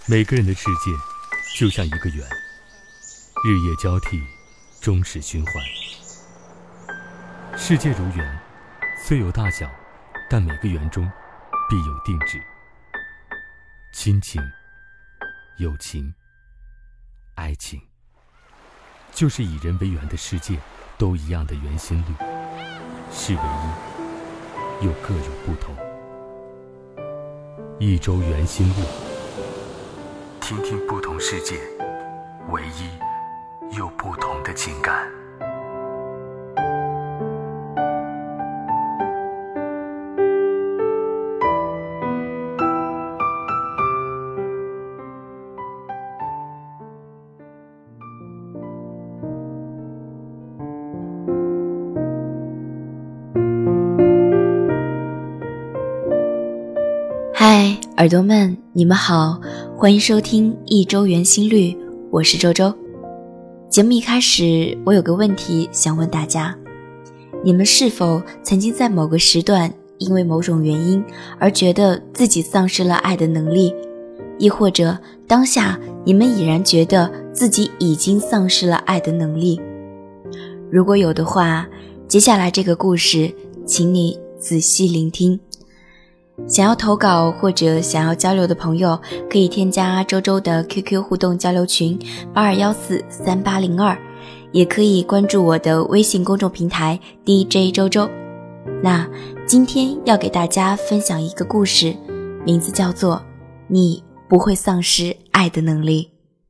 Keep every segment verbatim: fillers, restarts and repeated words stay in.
每个人的世界就像一个圆，日夜交替，终始循环。世界如圆，虽有大小，但每个圆中必有定旨。亲情、友情、爱情，就是以人为圆的世界，都一样的圆心率，是唯一，又各有不同。一周圆心率，听听不同世界，唯一又不同的情感。 嗨，耳朵们，你们好，欢迎收听一周圆心率，我是周周。节目一开始，我有个问题想问大家，你们是否曾经在某个时段因为某种原因而觉得自己丧失了爱的能力，亦或者当下你们已然觉得自己已经丧失了爱的能力？如果有的话，接下来这个故事请你仔细聆听。想要投稿或者想要交流的朋友，可以添加周周的 Q Q 互动交流群八二一四三八零二，也可以关注我的微信公众平台 D J 周周。那今天要给大家分享一个故事，名字叫做你不会丧失爱的能力。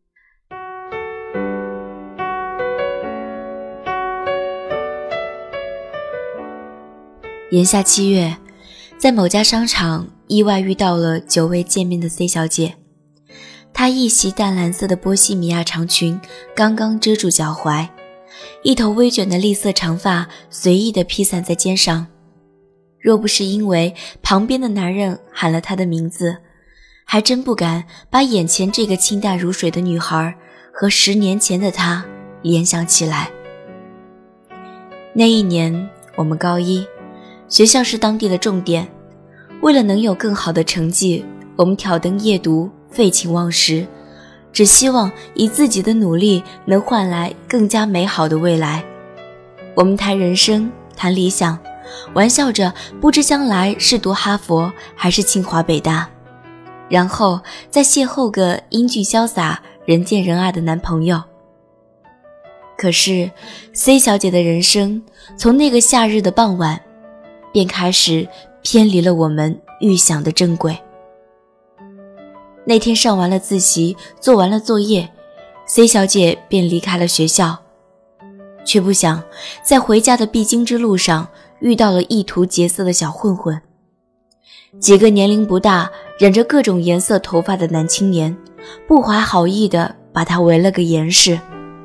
炎夏七月，在某家商场意外遇到了久未见面的 C 小姐。她一袭淡蓝色的波西米亚长裙刚刚遮住脚踝，一头微卷的栗色长发随意地披散在肩上。若不是因为旁边的男人喊了她的名字，还真不敢把眼前这个清淡如水的女孩和十年前的她联想起来。那一年我们高一，学校是当地的重点，为了能有更好的成绩，我们挑灯夜读，废寝忘食，只希望以自己的努力能换来更加美好的未来。我们谈人生，谈理想，玩笑着不知将来是读哈佛还是清华北大，然后再邂逅个英俊潇洒人见人爱的男朋友。可是 C 小姐的人生从那个夏日的傍晚便开始偏离了我们预想的正轨。那天上完了自习，做完了作业， C 小姐便离开了学校，却不想在回家的必经之路上遇到了意图劫色的小混混。几个年龄不大，染着各种颜色头发的男青年不怀好意地把她围了个严实。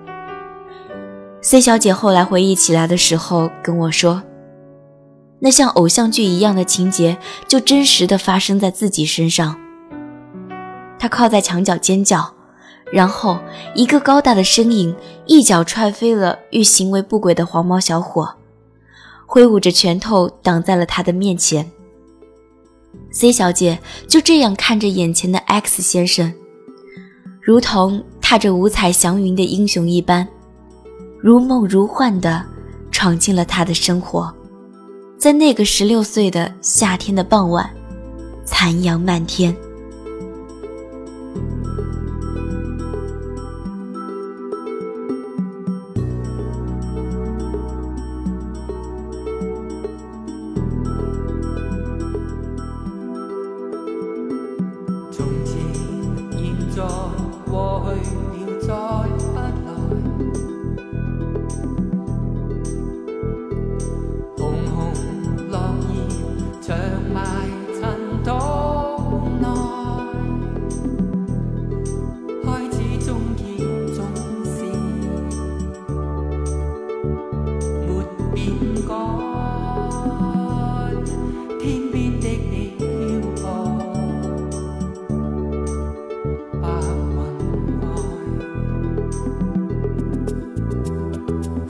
C 小姐后来回忆起来的时候跟我说，那像偶像剧一样的情节就真实地发生在自己身上。他靠在墙角尖叫，然后一个高大的身影一脚踹飞了欲行为不轨的黄毛小伙，挥舞着拳头挡在了他的面前。 C 小姐就这样看着眼前的 X 先生，如同踏着五彩祥云的英雄一般，如梦如幻地闯进了他的生活。在那个十六岁的夏天的傍晚，残阳漫天。 从前现在过去了再不来，红红落叶长埋尘土内，开始中意总是没变改，天边的你飘泊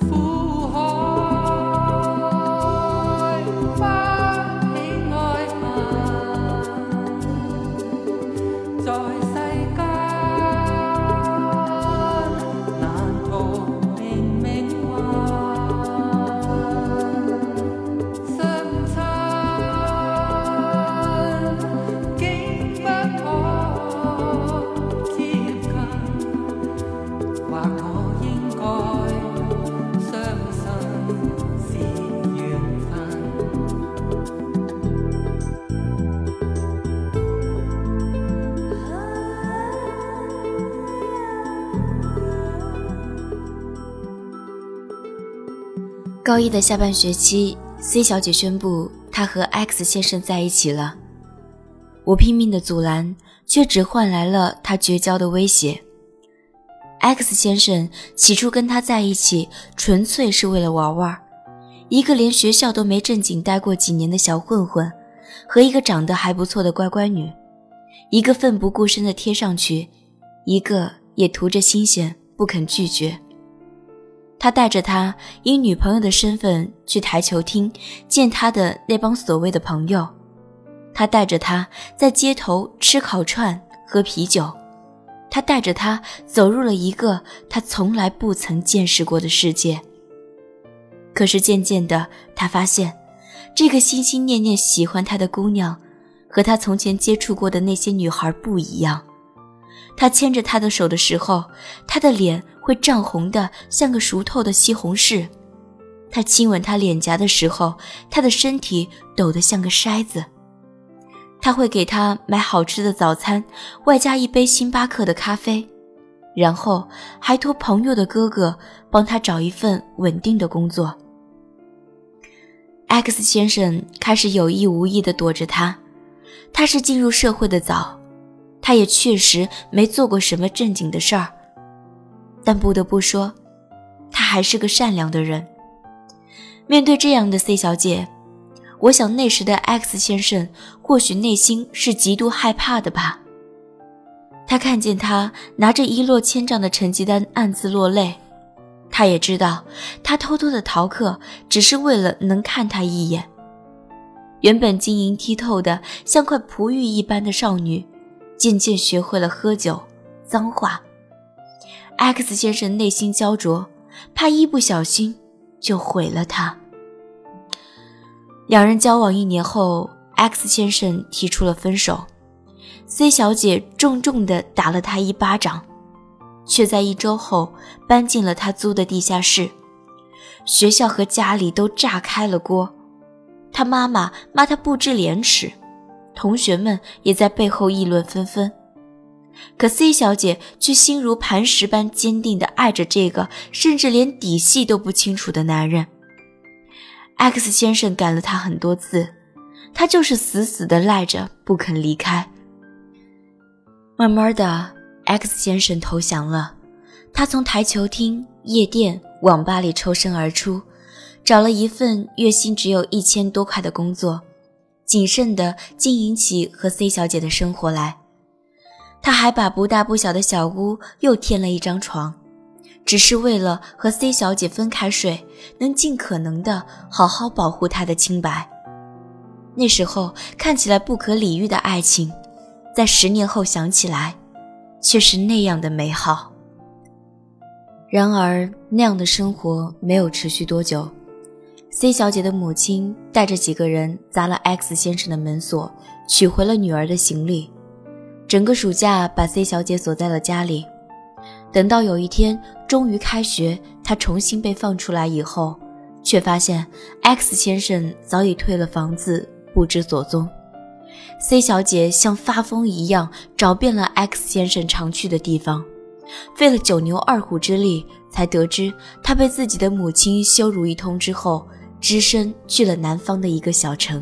苦海，不起爱高一的下半学期 ，C 小姐宣布她和 X 先生在一起了。我拼命的阻拦，却只换来了她绝交的威胁。X 先生起初跟她在一起，纯粹是为了玩玩，一个连学校都没正经待过几年的小混混，和一个长得还不错的乖乖女，一个奋不顾身的贴上去，一个也图着新鲜不肯拒绝。他带着她以女朋友的身份去台球厅见他的那帮所谓的朋友，他带着她在街头吃烤串喝啤酒，他带着她走入了一个他从来不曾见识过的世界。可是渐渐的，他发现这个心心念念喜欢他的姑娘和他从前接触过的那些女孩不一样。他牵着她的手的时候，她的脸会涨红的像个熟透的西红柿，他亲吻她脸颊的时候，她的身体抖得像个筛子。他会给她买好吃的早餐，外加一杯星巴克的咖啡，然后还托朋友的哥哥帮她找一份稳定的工作。X 先生开始有意无意地躲着她，他是进入社会的早，他也确实没做过什么正经的事儿，但不得不说，他还是个善良的人。面对这样的 C 小姐，我想那时的 X 先生或许内心是极度害怕的吧。他看见她拿着一摞千丈的成绩单暗自落泪，他也知道他偷偷的逃课只是为了能看她一眼。原本晶莹剔透的像块璞玉一般的少女，渐渐学会了喝酒脏话。 X 先生内心焦灼，怕一不小心就毁了她。两人交往一年后， X 先生提出了分手， C 小姐重重地打了他一巴掌，却在一周后搬进了他租的地下室。学校和家里都炸开了锅，他妈妈骂他不知廉耻，同学们也在背后议论纷纷。可 C 小姐却心如磐石般坚定地爱着这个甚至连底细都不清楚的男人。 X 先生赶了她很多次，她就是死死地赖着不肯离开。慢慢的 X 先生投降了，他从台球厅、夜店、网吧里抽身而出，找了一份月薪只有一千多块的工作，谨慎地经营起和 C 小姐的生活来。他还把不大不小的小屋又添了一张床，只是为了和 C 小姐分开睡，能尽可能地好好保护她的清白。那时候看起来不可理喻的爱情，在十年后想起来却是那样的美好。然而那样的生活没有持续多久， C 小姐的母亲带着几个人砸了 X 先生的门锁，取回了女儿的行李，整个暑假把 C 小姐锁在了家里。等到有一天终于开学，她重新被放出来以后，却发现 X 先生早已退了房子，不知所踪。 C 小姐像发疯一样找遍了 X 先生常去的地方，费了九牛二虎之力，才得知她被自己的母亲羞辱一通之后，只身去了南方的一个小城。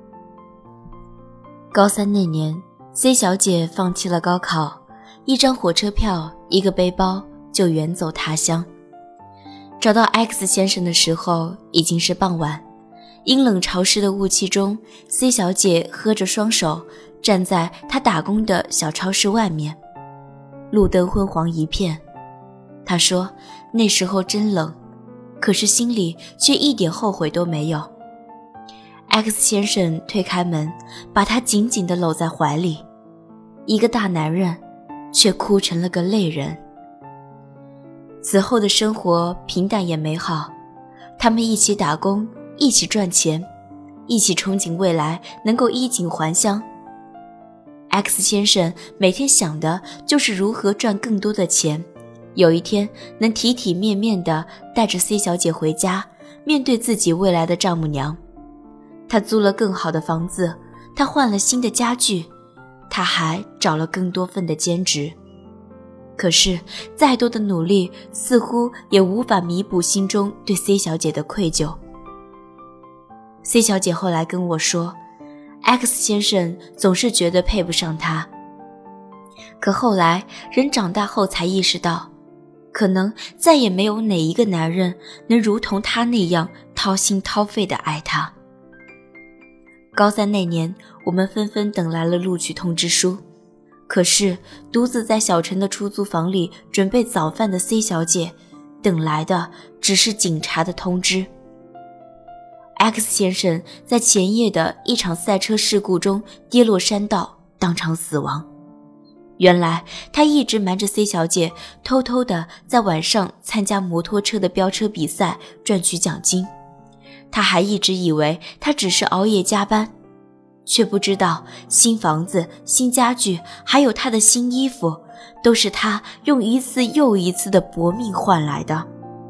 高三那年， C 小姐放弃了高考，一张火车票，一个背包就远走他乡。找到 X 先生的时候已经是傍晚，阴冷潮湿的雾气中， C 小姐喝着双手站在她打工的小超市外面，路灯昏黄一片。她说那时候真冷，可是心里却一点后悔都没有。 X 先生推开门，把她紧紧地搂在怀里，一个大男人却哭成了个泪人。此后的生活平淡也美好，他们一起打工，一起赚钱，一起憧憬未来能够衣锦还乡。 X 先生每天想的就是如何赚更多的钱，有一天能体体面面地带着 C 小姐回家，面对自己未来的丈母娘。他租了更好的房子，他换了新的家具，他还找了更多份的兼职。 可是再多的努力似乎也无法弥补心中对 C 小姐的愧疚。 C 小姐后来跟我说， X 先生总是觉得配不上她，可后来人长大后才意识到，可能再也没有哪一个男人能如同他那样掏心掏肺地爱她。高三那年，我们纷纷等来了录取通知书，可是独自在小城的出租房里准备早饭的 C 小姐，等来的只是警察的通知。 X 先生在前夜的一场赛车事故中跌落山道，当场死亡。原来他一直瞒着 C 小姐，偷偷地在晚上参加摩托车的飙车比赛，赚取奖金。他还一直以为他只是熬夜加班，却不知道新房子、新家具，还有他的新衣服，都是他用一次又一次的搏命换来的。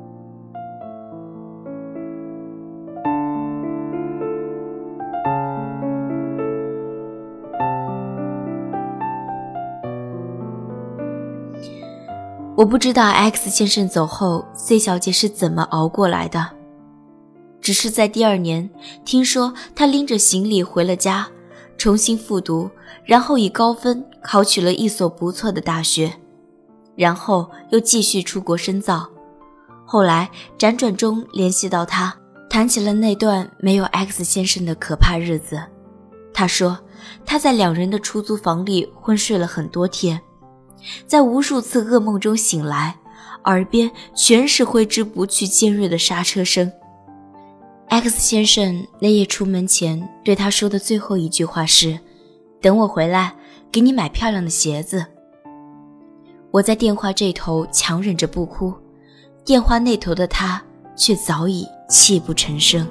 我不知道 X 先生走后 C 小姐是怎么熬过来的，只是在第二年听说她拎着行李回了家，重新复读，然后以高分考取了一所不错的大学，然后又继续出国深造。后来辗转中联系到她，谈起了那段没有 X 先生的可怕日子。她说她在两人的出租房里昏睡了很多天，在无数次噩梦中醒来，耳边全是挥之不去尖锐的刹车声。 X 先生那夜出门前对他说的最后一句话是，等我回来给你买漂亮的鞋子。我在电话这头强忍着不哭，电话那头的他却早已泣不成声。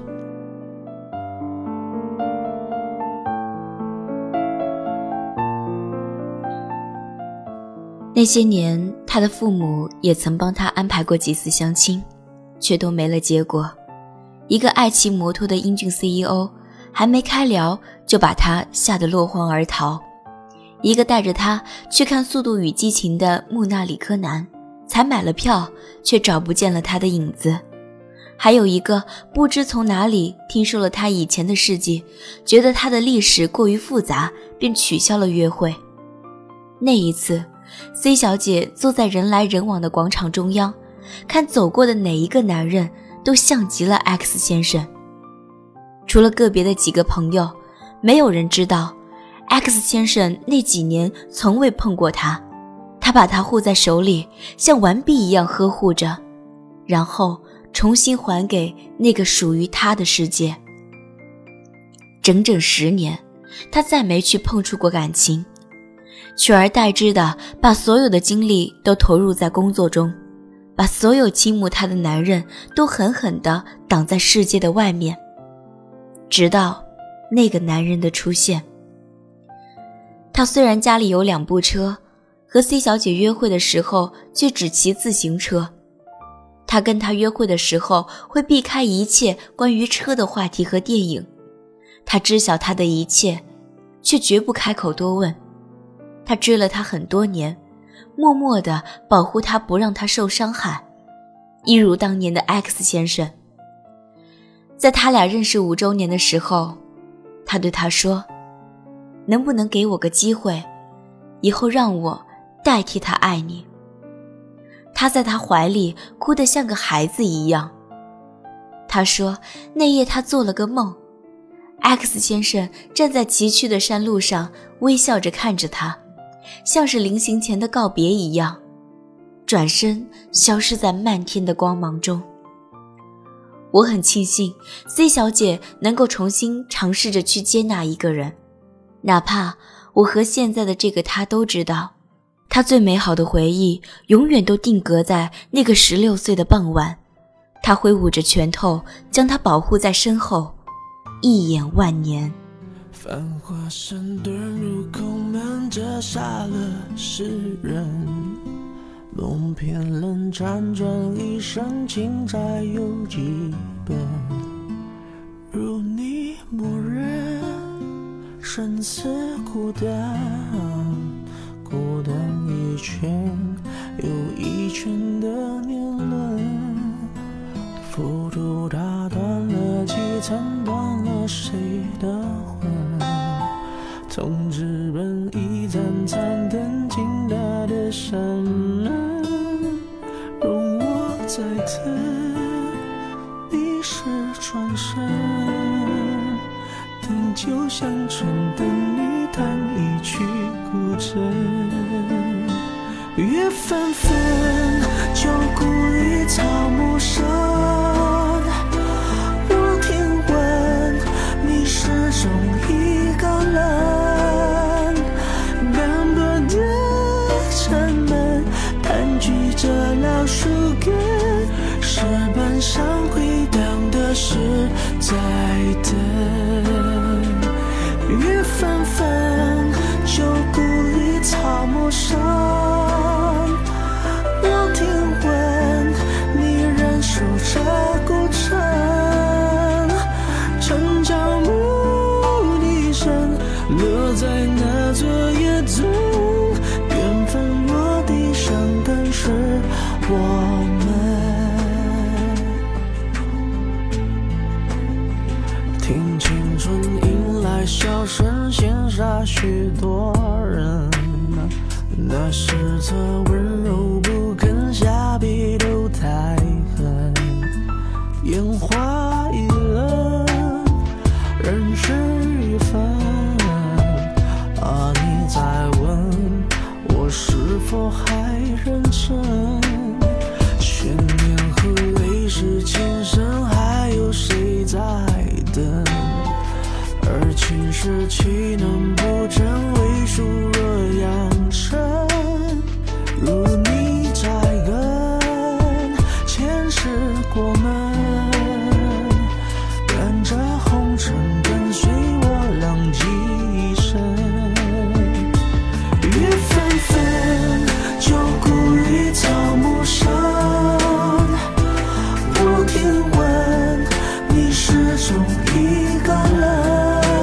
那些年，他的父母也曾帮他安排过几次相亲，却都没了结果。一个爱骑摩托的英俊 C E O 还没开聊就把他吓得落荒而逃，一个带着他去看《速度与激情》的穆纳里柯南才买了票却找不见了他的影子，还有一个不知从哪里听说了他以前的事迹，觉得他的历史过于复杂，便取消了约会。那一次C 小姐坐在人来人往的广场中央，看走过的哪一个男人都像极了 X 先生。除了个别的几个朋友，没有人知道 X 先生那几年从未碰过她，他把她护在手里，像顽婢一样呵护着，然后重新还给那个属于他的世界。整整十年，他再没去碰触过感情，取而代之的把所有的精力都投入在工作中，把所有倾慕他的男人都狠狠地挡在世界的外面，直到那个男人的出现。他虽然家里有两部车，和 C 小姐约会的时候却只骑自行车。他跟她约会的时候会避开一切关于车的话题和电影，他知晓她的一切，却绝不开口多问。他追了她很多年，默默地保护她，不让她受伤害，一如当年的 X 先生。在他俩认识五周年的时候，他对她说，能不能给我个机会，以后让我代替他爱你。他在他怀里哭得像个孩子一样。他说那夜他做了个梦， X 先生站在崎岖的山路上，微笑着看着他，像是临行前的告别一样，转身消失在漫天的光芒中。我很庆幸 C 小姐能够重新尝试着去接纳一个人，哪怕我和现在的这个他都知道，她最美好的回忆永远都定格在那个十六岁的傍晚，她挥舞着拳头将她保护在身后，一眼万年。 繁华山遁入空门，折煞了世人，梦偏冷辗转一生，情债有几本，如你默认，生死孤单，孤单一圈， 又一圈的年轮，浮屠打断了几层，断了谁的魂？从纸本一盏盏灯进大的山门，容我再等，你是转身，等就像春等你弹一曲古筝。月纷纷，旧故里草木深。我听闻你始终一个人，斑驳的城门，盘踞着老树根，石板上回荡的是在等。月纷纷，旧故里草木深。守着古城，城郊牧笛声落在那昨夜中，缘分落地生根是我们。听青春迎来笑声，羡煞许多人。那是这温柔不肯下笔都太狠，烟花易冷，人事已分。啊，你在问我是否还认真？千年和泪是情深，还有谁在等？而情是岂能不真？为数若扬尘，如你摘根，前世过门，赶着红尘，跟随我浪迹一生。月纷纷，旧故里草木深。我听闻你始终一个人。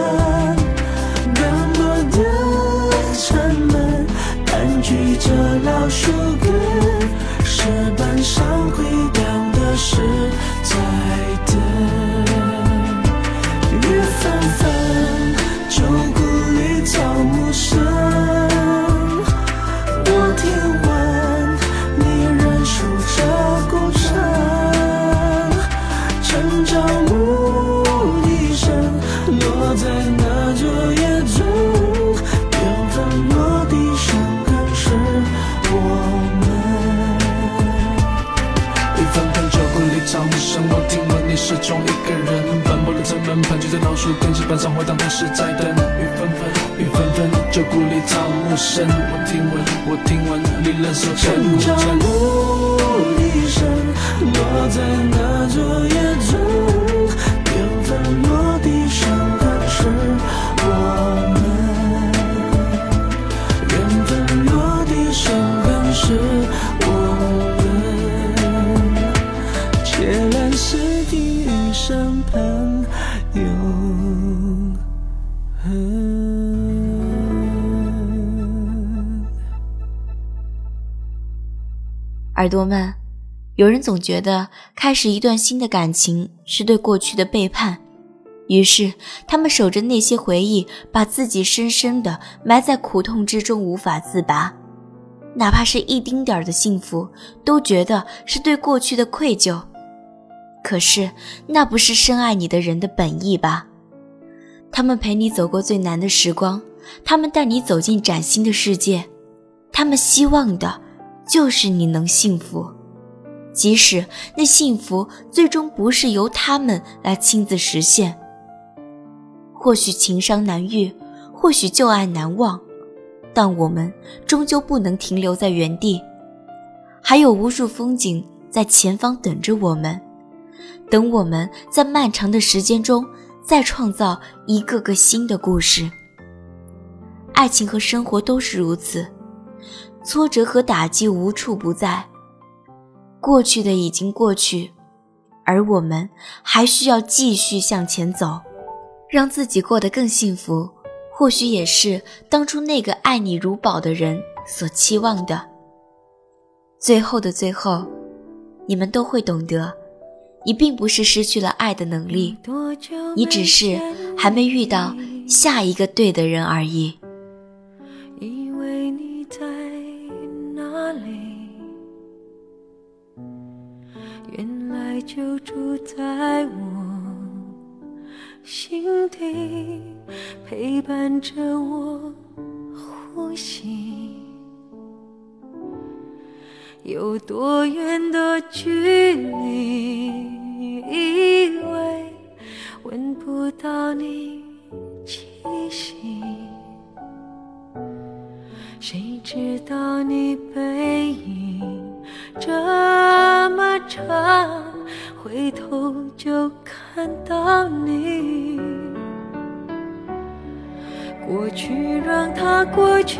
举着老树根，石板上回荡的是在等。月纷纷，旧故里草木深。我听闻你仍守着古城，城郊牧笛声落在那昨夜中，缘分落地生草木深，我听闻你始终一个人，斑驳的城门盘踞在老树根，石板上回荡的是在等。雨纷纷，雨纷纷，旧故里草木深。我听闻，我听闻你仍守着古城。城郊牧笛声落在那昨夜中，缘分落地生根是我们，缘分落地生根是我们。结兰是地狱身旁永恒。 耳朵们，有人总觉得开始一段新的感情是对过去的背叛，于是他们守着那些回忆，把自己深深地埋在苦痛之中，无法自拔。哪怕是一丁点的幸福，都觉得是对过去的愧疚。可是那不是深爱你的人的本意吧？他们陪你走过最难的时光，他们带你走进崭新的世界，他们希望的就是你能幸福，即使那幸福最终不是由他们来亲自实现。或许情伤难愈，或许旧爱难忘，但我们终究不能停留在原地，还有无数风景在前方等着我们，等我们在漫长的时间中再创造一个个新的故事。爱情和生活都是如此，挫折和打击无处不在，过去的已经过去，而我们还需要继续向前走，让自己过得更幸福，或许也是当初那个爱你如宝的人所期望的。 最后的最后，你们都会懂得，你并不是失去了爱的能力，你只是还没遇到下一个对的人而已。 以为你在哪里，原来就住在我心底，陪伴着我呼吸。有多远的距离，以为闻不到你气息，谁知道你背影这么长，回头就看到你。过去让它过去，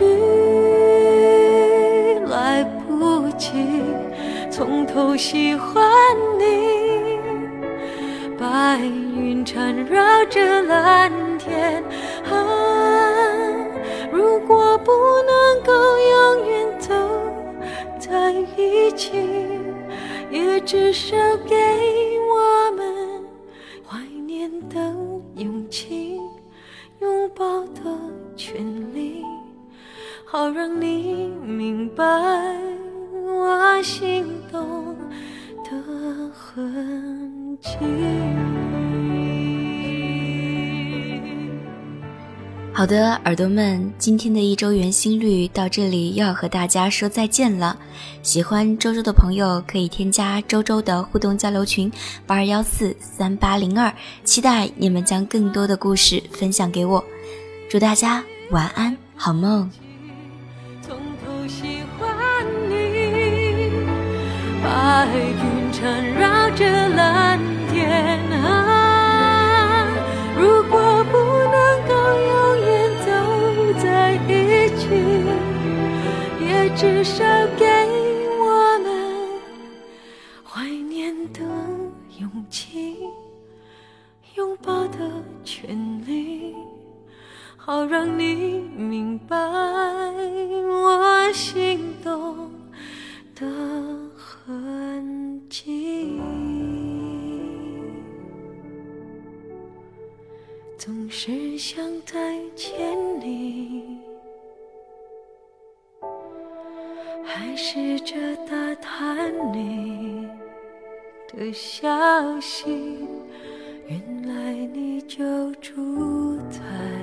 来不及从头喜欢你。白云缠绕着蓝天，啊，如果不能够永远走在一起，也至少给我们怀念的勇气，拥抱的权利，好让你明白我心动的痕迹。 好的，耳朵们，今天的一周圆心率到这里又要和大家说再见了。喜欢周周的朋友可以添加周周的互动交流群八二一四三八零二，期待你们将更多的故事分享给我。祝大家晚安，好梦。 从头喜欢你，白云缠绕着蓝天，啊，如果不能够永远走在一起，也至少给我们怀念的勇气，拥抱的权利，好让你明白我心动的痕迹。总是想再见你，还试着打探你的消息，原来你就住在